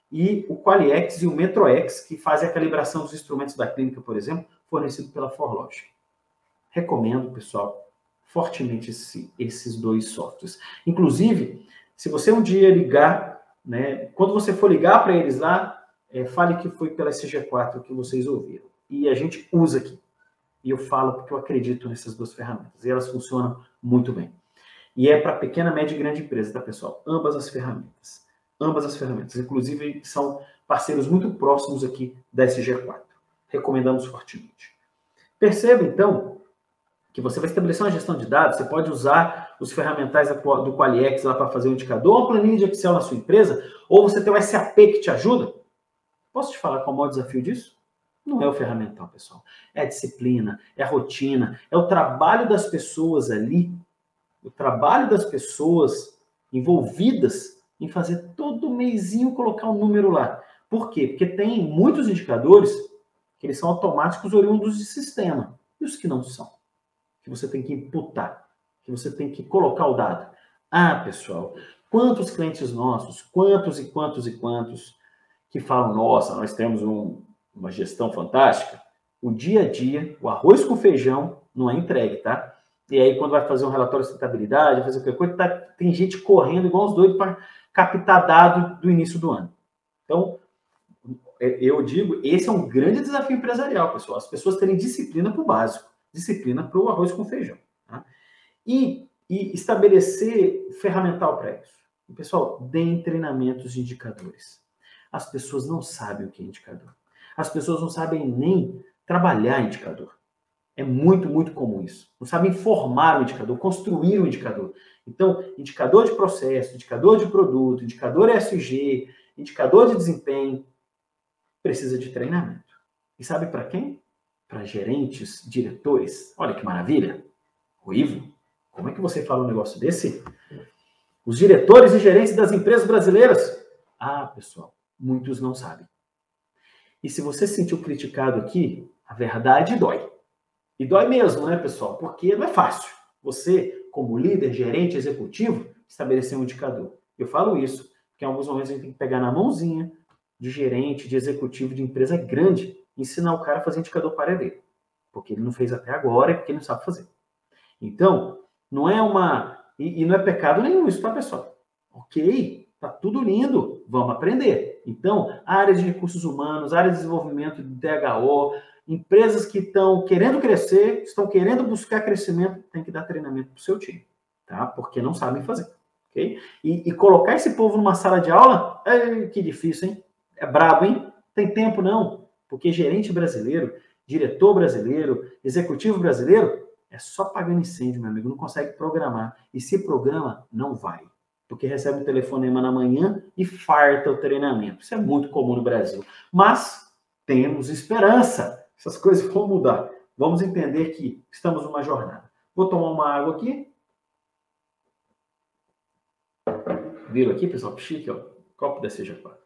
e o Qualiex e o MetroX, que fazem a calibração dos instrumentos da clínica, por exemplo, fornecido pela Forlogic. Recomendo, pessoal, fortemente esse, esses dois softwares. Inclusive, se você um dia ligar, né, quando você for ligar para eles lá, é, fale que foi pela S G quatro que vocês ouviram. E a gente usa aqui. E eu falo porque eu acredito nessas duas ferramentas. E elas funcionam muito bem. E é para pequena, média e grande empresa, tá, pessoal? Ambas as ferramentas. Ambas as ferramentas. Inclusive, são parceiros muito próximos aqui da S G quatro. Recomendamos fortemente. Perceba, então, que você vai estabelecer uma gestão de dados, você pode usar os ferramentais do Qualiex lá para fazer um indicador, uma planilha de Excel na sua empresa, ou você tem o S A P que te ajuda. Posso te falar qual é o maior desafio disso? Não é o ferramental, pessoal. É a disciplina, é a rotina, é o trabalho das pessoas ali, o trabalho das pessoas envolvidas em fazer todo mêsinho colocar um número lá. Por quê? Porque tem muitos indicadores que eles são automáticos oriundos de sistema. E os que não são? Que você tem que imputar, que você tem que colocar o dado. Ah, pessoal, quantos clientes nossos, quantos e quantos e quantos que falam, nossa, nós temos um, uma gestão fantástica. O dia a dia, o arroz com feijão não é entregue, tá? E aí, quando vai fazer um relatório de sustentabilidade, fazer qualquer coisa, tá, tem gente correndo igual os doidos para captar dado do início do ano. Então, eu digo, esse é um grande desafio empresarial, pessoal. As pessoas terem disciplina para o básico, disciplina para o arroz com feijão. Tá? E, e estabelecer ferramental para isso. E, pessoal, deem treinamentos de indicadores. As pessoas não sabem o que é indicador. As pessoas não sabem nem trabalhar indicador. É muito, muito comum isso. Não sabem formar o indicador, construir o indicador. Então, indicador de processo, indicador de produto, indicador E S G, indicador de desempenho, precisa de treinamento. E sabe para quem? para gerentes, diretores. Olha que maravilha. O Ivo, como é que você fala um negócio desse? Os diretores e gerentes das empresas brasileiras. Ah, pessoal, muitos não sabem. E se você se sentiu criticado aqui, a verdade dói. E dói mesmo, né, pessoal? Porque não é fácil. Você, como líder, gerente, executivo, estabelecer um indicador. Eu falo isso, porque em alguns momentos a gente tem que pegar na mãozinha de gerente, de executivo de empresa grande, e ensinar o cara a fazer indicador para dele. Porque ele não fez até agora e porque ele não sabe fazer. Então, não é uma... E, e não é pecado nenhum isso, tá, pessoal? Ok, tá tudo lindo, vamos aprender. Então, áreas de recursos humanos, área de desenvolvimento de D H O, empresas que estão querendo crescer, estão querendo buscar crescimento, tem que dar treinamento para o seu time, tá? Porque não sabem fazer, ok? E, e colocar esse povo numa sala de aula, é, que difícil, hein? É brabo, hein? Tem tempo não, porque gerente brasileiro, diretor brasileiro, executivo brasileiro, é só pagando incêndio, meu amigo, não consegue programar. E se programa, não vai. Porque recebe um telefonema na manhã e farta o treinamento. Isso é muito comum no Brasil. Mas temos esperança. Essas coisas vão mudar. Vamos entender que estamos numa jornada. Vou tomar uma água aqui. Viram aqui, pessoal? Que chique, ó. Copo da C G quatro.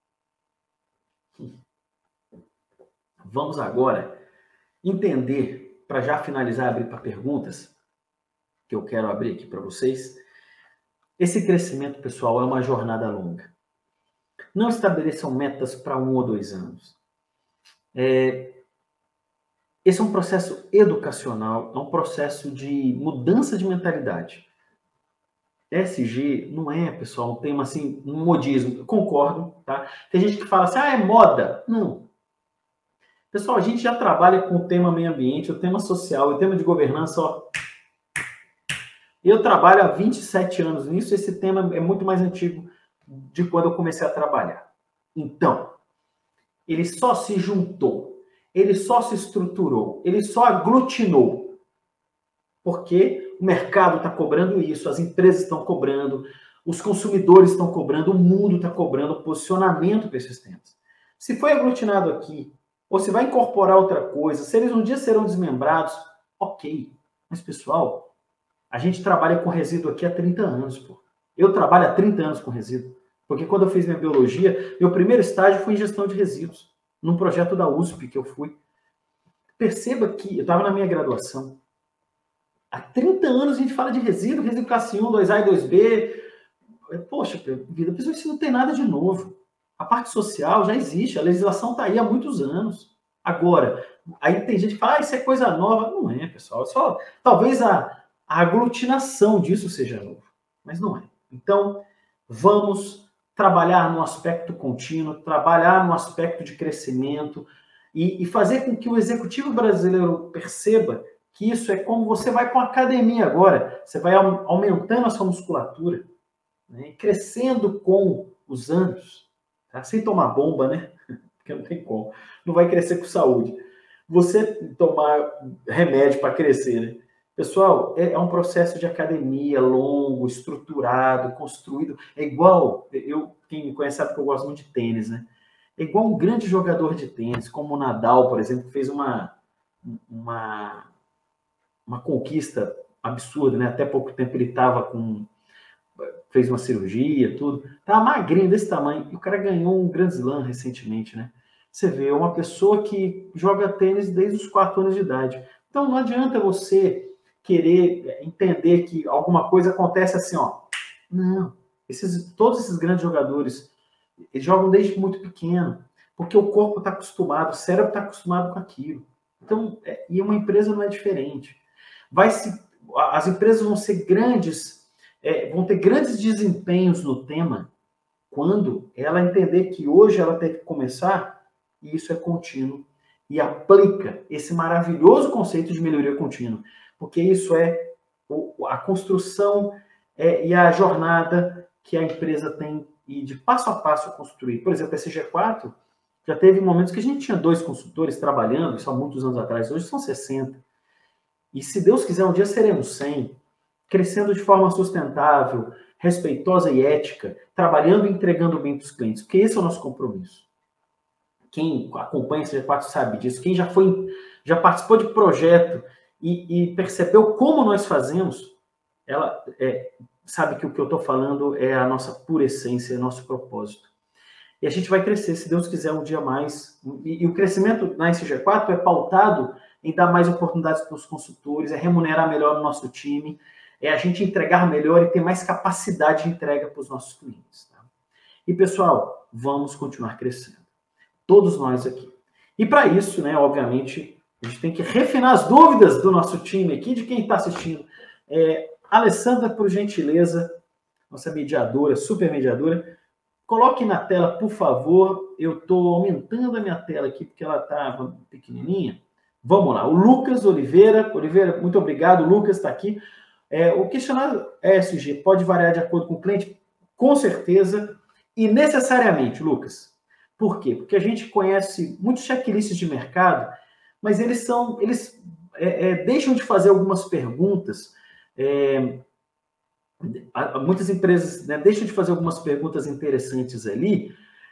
Vamos agora entender, para já finalizar, abrir para perguntas, que eu quero abrir aqui para vocês. Esse crescimento, pessoal, é uma jornada longa. Não estabeleçam metas para um ou dois anos. É, esse é um processo educacional, é um processo de mudança de mentalidade. E S G não é, pessoal, um tema assim, um modismo. Eu concordo, tá? Tem gente que fala assim, ah, é moda. Não. Pessoal, a gente já trabalha com o tema meio ambiente, o tema social, o tema de governança, ó. Eu trabalho há vinte e sete anos nisso, esse tema é muito mais antigo de quando eu comecei a trabalhar. Então, ele só se juntou, ele só se estruturou, ele só aglutinou. Porque o mercado está cobrando isso, as empresas estão cobrando, os consumidores estão cobrando, o mundo está cobrando posicionamento para esses temas. Se foi aglutinado aqui, ou se vai incorporar outra coisa, se eles um dia serão desmembrados, ok. Mas, pessoal, a gente trabalha com resíduo aqui há trinta anos, pô. Eu trabalho há trinta anos com resíduo. Porque quando eu fiz minha biologia, meu primeiro estágio foi em gestão de resíduos, num projeto da U S P que eu fui. Perceba que eu estava na minha graduação. Há trinta anos a gente fala de resíduo, resíduo classe um, dois A e dois B. Poxa, vida, pessoal, isso não tem nada de novo. A parte social já existe, a legislação está aí há muitos anos. Agora, aí tem gente que fala, ah, isso é coisa nova. Não é, pessoal. É só, talvez a, a aglutinação disso seja novo, mas não é. Então, vamos trabalhar no aspecto contínuo, trabalhar no aspecto de crescimento e, e fazer com que o executivo brasileiro perceba que isso é como você vai para uma academia agora, você vai aumentando a sua musculatura, né, crescendo com os anos, tá? Sem tomar bomba, né? Porque não tem como. Não vai crescer com saúde. Você tomar remédio para crescer, né? Pessoal, é, é um processo de academia longo, estruturado, construído. É igual, eu, quem me conhece sabe que eu gosto muito de tênis, né? É igual um grande jogador de tênis, como o Nadal, por exemplo, que fez uma, uma, uma conquista absurda, né? Até pouco tempo ele estava com... fez uma cirurgia, tudo. Tava magrinho desse tamanho. E o cara ganhou um Grand Slam recentemente, né? Você vê, é uma pessoa que joga tênis desde os quatro anos de idade. Então não adianta você querer entender que alguma coisa acontece assim, ó. Não. Esses, todos esses grandes jogadores, eles jogam desde muito pequeno, porque o corpo está acostumado, o cérebro está acostumado com aquilo. Então, é, e uma empresa não é diferente. Vai se, as empresas vão ser grandes, é, vão ter grandes desempenhos no tema quando ela entender que hoje ela tem que começar, e isso é contínuo, e aplica esse maravilhoso conceito de melhoria contínua, porque isso é a construção é, e a jornada que a empresa tem e de passo a passo construir. Por exemplo, a C G quatro já teve momentos que a gente tinha dois consultores trabalhando, isso há muitos anos atrás, hoje são sessenta. E se Deus quiser, um dia seremos cem, crescendo de forma sustentável, respeitosa e ética, trabalhando e entregando bem para os clientes, porque esse é o nosso compromisso. Quem acompanha a C G quatro sabe disso. Quem já foi, já participou de projeto e, e percebeu como nós fazemos, ela é, sabe que o que eu estou falando é a nossa pura essência, é nosso propósito. E a gente vai crescer, se Deus quiser, um dia mais. E, e o crescimento na S G quatro é pautado em dar mais oportunidades para os consultores, é remunerar melhor o nosso time, é a gente entregar melhor e ter mais capacidade de entrega para os nossos clientes. Tá? E, pessoal, vamos continuar crescendo. Todos nós aqui. E para isso, né, obviamente, a gente tem que refinar as dúvidas do nosso time aqui, de quem está assistindo. É, Alessandra, por gentileza, nossa mediadora, super mediadora, coloque na tela, por favor. Eu estou aumentando a minha tela aqui, porque ela está pequenininha. Vamos lá. O Lucas Oliveira. Oliveira, muito obrigado. O Lucas está aqui. É, o questionário E S G pode variar de acordo com o cliente? Com certeza. E necessariamente, Lucas. Por quê? Porque a gente conhece muitos checklists de mercado, mas eles são, eles é, é, deixam de fazer algumas perguntas. É, muitas empresas, né, deixam de fazer algumas perguntas interessantes ali,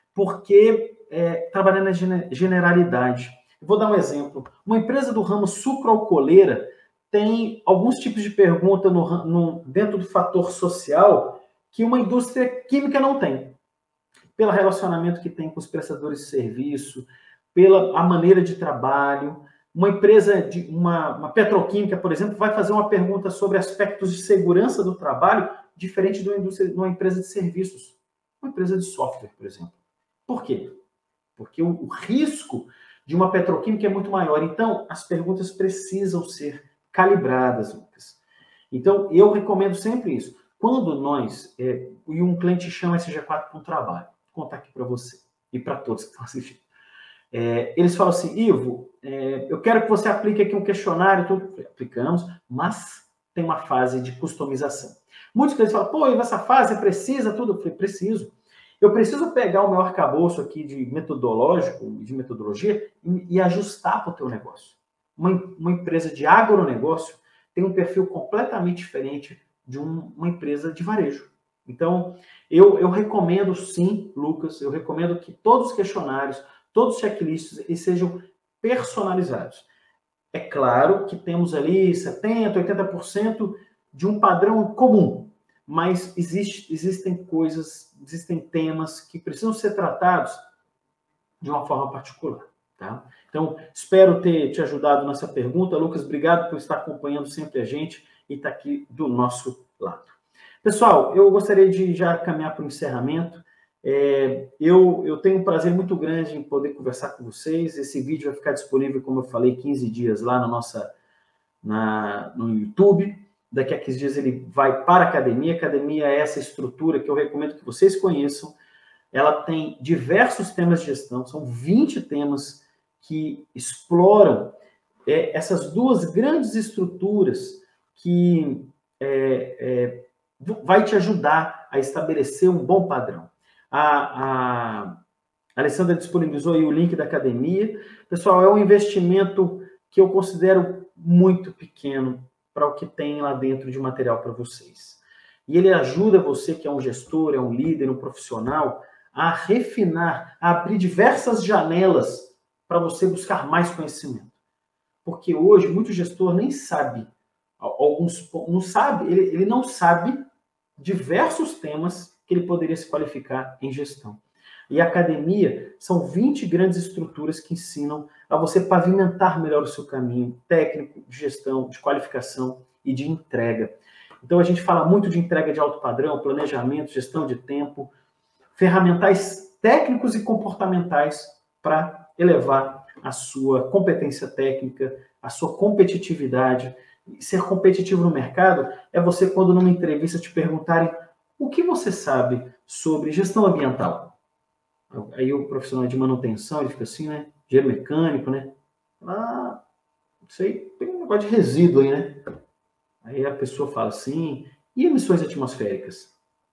porque é, trabalhando na generalidade. Eu vou dar um exemplo. Uma empresa do ramo sucroalcooleira tem alguns tipos de pergunta no, no, dentro do fator social que uma indústria química não tem. Pelo relacionamento que tem com os prestadores de serviço, pela a maneira de trabalho. Uma empresa, de uma, uma petroquímica, por exemplo, vai fazer uma pergunta sobre aspectos de segurança do trabalho diferente de uma, indústria, de uma empresa de serviços. Uma empresa de software, por exemplo. Por quê? Porque o, o risco de uma petroquímica é muito maior. Então, as perguntas precisam ser calibradas, Lucas. Então, eu recomendo sempre isso. Quando nós, é, e um cliente chama S G quatro para um trabalho, vou contar aqui para você e para todos que estão assistindo. É, eles falam assim, Ivo, é, eu quero que você aplique aqui um questionário, tudo. Aplicamos, mas tem uma fase de customização. Muitos clientes falam, pô, Ivo, essa fase precisa tudo? Eu falei, preciso. Eu preciso pegar o meu arcabouço aqui de metodológico, de metodologia, e, e ajustar para o teu negócio. Uma, uma empresa de agronegócio tem um perfil completamente diferente de um, uma empresa de varejo. Então, eu, eu recomendo sim, Lucas, eu recomendo que todos os questionários, todos os checklists eles sejam personalizados. É claro que temos ali setenta por cento, oitenta por cento de um padrão comum, mas existe, existem coisas, existem temas que precisam ser tratados de uma forma particular. Tá? Então, espero ter te ajudado nessa pergunta. Lucas, obrigado por estar acompanhando sempre a gente e estar aqui do nosso lado. Pessoal, eu gostaria de já caminhar para o encerramento. É, eu, eu tenho um prazer muito grande em poder conversar com vocês. Esse vídeo vai ficar disponível, como eu falei, quinze dias lá na nossa, na, no YouTube. Daqui a quinze dias ele vai para a academia. A academia é essa estrutura que eu recomendo que vocês conheçam. Ela tem diversos temas de gestão, são vinte temas que exploram é, essas duas grandes estruturas que é, é, vai te ajudar a estabelecer um bom padrão. A, a Alessandra disponibilizou aí o link da academia. Pessoal, é um investimento que eu considero muito pequeno para o que tem lá dentro de material para vocês. E ele ajuda você, que é um gestor, é um líder, um profissional, a refinar, a abrir diversas janelas para você buscar mais conhecimento. Porque hoje, muito gestor nem sabe, alguns não sabe, ele, ele não sabe diversos temas que ele poderia se qualificar em gestão. E a academia são vinte grandes estruturas que ensinam a você pavimentar melhor o seu caminho técnico, de gestão, de qualificação e de entrega. Então, a gente fala muito de entrega de alto padrão, planejamento, gestão de tempo, ferramentais técnicos e comportamentais para elevar a sua competência técnica, a sua competitividade. Ser competitivo no mercado é você, quando numa entrevista te perguntarem o que você sabe sobre gestão ambiental. Aí o profissional de manutenção, ele fica assim, né? Engenheiro mecânico, né? Ah, isso aí tem um negócio de resíduo aí, né? Aí a pessoa fala assim, e emissões atmosféricas?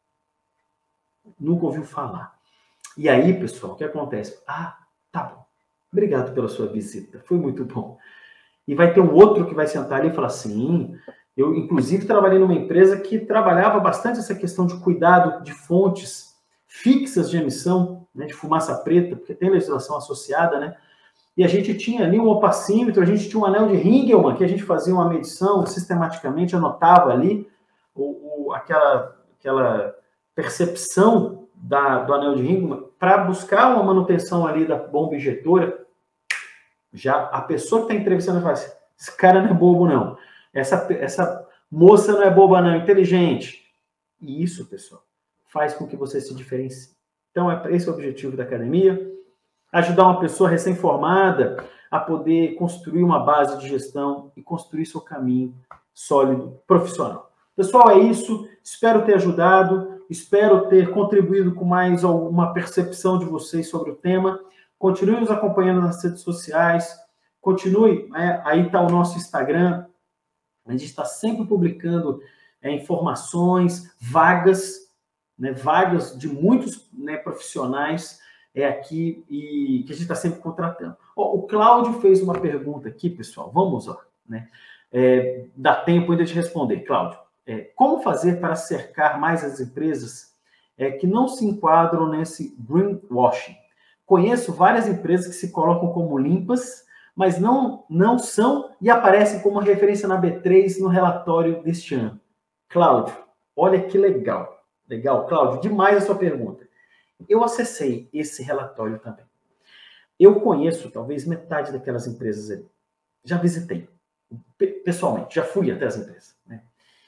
Nunca ouviu falar. E aí, pessoal, o que acontece? Ah, tá bom. Obrigado pela sua visita. Foi muito bom. E vai ter um outro que vai sentar ali e falar assim, eu, inclusive, trabalhei numa empresa que trabalhava bastante essa questão de cuidado de fontes fixas de emissão, né, de fumaça preta, porque tem legislação associada, né? e a gente tinha ali um opacímetro, a gente tinha um anel de Ringelmann, que a gente fazia uma medição sistematicamente, anotava ali o, o, aquela, aquela percepção da, do anel de Ringelmann para buscar uma manutenção ali da bomba injetora. Já a pessoa que está entrevistando fala assim, esse cara não é bobo, não. Essa, essa moça não é boba, não, é inteligente. E isso, pessoal, faz com que você se diferencie. Então, é esse o objetivo da academia, ajudar uma pessoa recém-formada a poder construir uma base de gestão e construir seu caminho sólido profissional. Pessoal, é isso. Espero ter ajudado, espero ter contribuído com mais alguma percepção de vocês sobre o tema. Continue nos acompanhando nas redes sociais, continue, é, aí está o nosso Instagram, a gente está sempre publicando é, informações, vagas, né, vagas de muitos né, profissionais é, aqui e que a gente está sempre contratando. Ó, o Cláudio fez uma pergunta aqui, pessoal, vamos lá, né? É, dá tempo ainda de responder, Cláudio. É, como fazer para cercar mais as empresas é, que não se enquadram nesse greenwashing? Conheço várias empresas que se colocam como limpas, mas não, não são e aparecem como referência na B três no relatório deste ano. Cláudio, olha que legal. Legal, Cláudio, demais a sua pergunta. Eu acessei esse relatório também. Eu conheço talvez metade daquelas empresas ali. Já visitei, pessoalmente, já fui até as empresas. Né?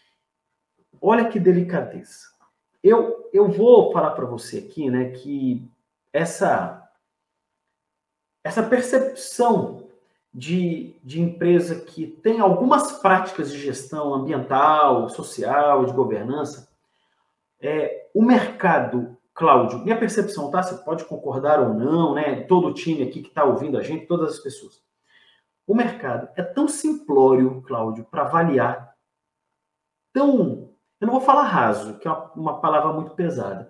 Olha que delicadeza. Eu, eu vou falar para você aqui né, que essa... Essa percepção de, de empresa que tem algumas práticas de gestão ambiental, social, de governança, é, o mercado, Cláudio, minha percepção, tá? Você pode concordar ou não, né? Todo o time aqui que está ouvindo a gente, todas as pessoas. O mercado é tão simplório, Cláudio, para avaliar, tão... Eu não vou falar raso, que é uma, uma palavra muito pesada,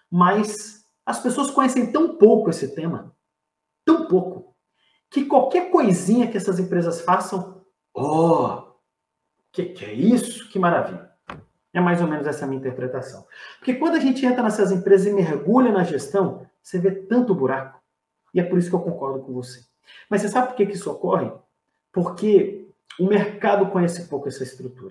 mas as pessoas conhecem tão pouco esse tema, tão pouco, que qualquer coisinha que essas empresas façam, oh, que que é isso? Que maravilha. É mais ou menos essa minha interpretação. Porque quando a gente entra nessas empresas e mergulha na gestão, você vê tanto buraco. E é por isso que eu concordo com você. Mas você sabe por que que isso ocorre? Porque o mercado conhece pouco essa estrutura.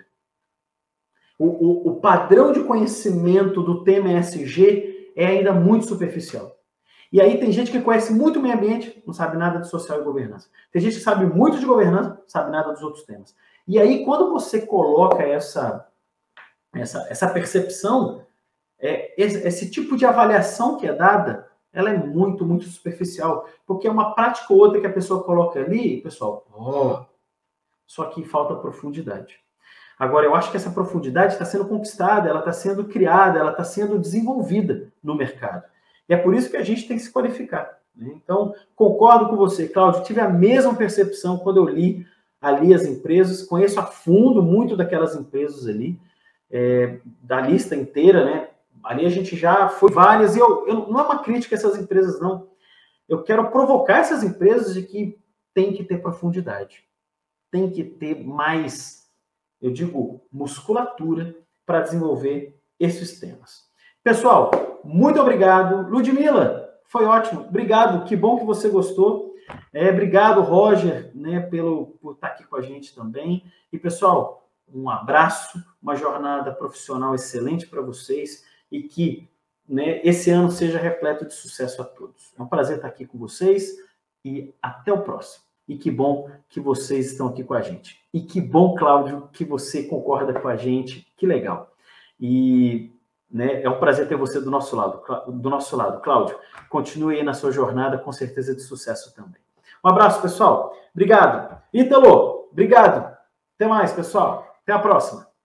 O, o, o padrão de conhecimento do tema E S G é ainda muito superficial. E aí tem gente que conhece muito o meio ambiente, não sabe nada de social e governança. Tem gente que sabe muito de governança, não sabe nada dos outros temas. E aí, quando você coloca essa, essa, essa percepção, é, esse, esse tipo de avaliação que é dada, ela é muito, muito superficial. Porque é uma prática ou outra que a pessoa coloca ali, pessoal, oh, só que falta profundidade. Agora, eu acho que essa profundidade está sendo conquistada, ela está sendo criada, ela está sendo desenvolvida no mercado. E é por isso que a gente tem que se qualificar. Né? Então, concordo com você, Cláudio. Tive a mesma percepção quando eu li ali as empresas. Conheço a fundo muito daquelas empresas ali, é, da lista inteira. Né? Ali a gente já foi várias. E eu, eu, não é uma crítica a essas empresas, não. Eu quero provocar essas empresas de que tem que ter profundidade. Tem que ter mais, eu digo, musculatura para desenvolver esses temas. Pessoal, muito obrigado. Ludmila, foi ótimo. Obrigado, que bom que você gostou. É, obrigado, Roger, né, pelo, por estar aqui com a gente também. E, pessoal, um abraço, uma jornada profissional excelente para vocês e que né, esse ano seja repleto de sucesso a todos. É um prazer estar aqui com vocês e até o próximo. E que bom que vocês estão aqui com a gente. E que bom, Cláudio, que você concorda com a gente. Que legal. E... Né? É um prazer ter você do nosso lado, do nosso lado, Cláudio. Continue aí na sua jornada, com certeza de sucesso também. Um abraço, pessoal. Obrigado. Ítalo, obrigado. Até mais, pessoal. Até a próxima.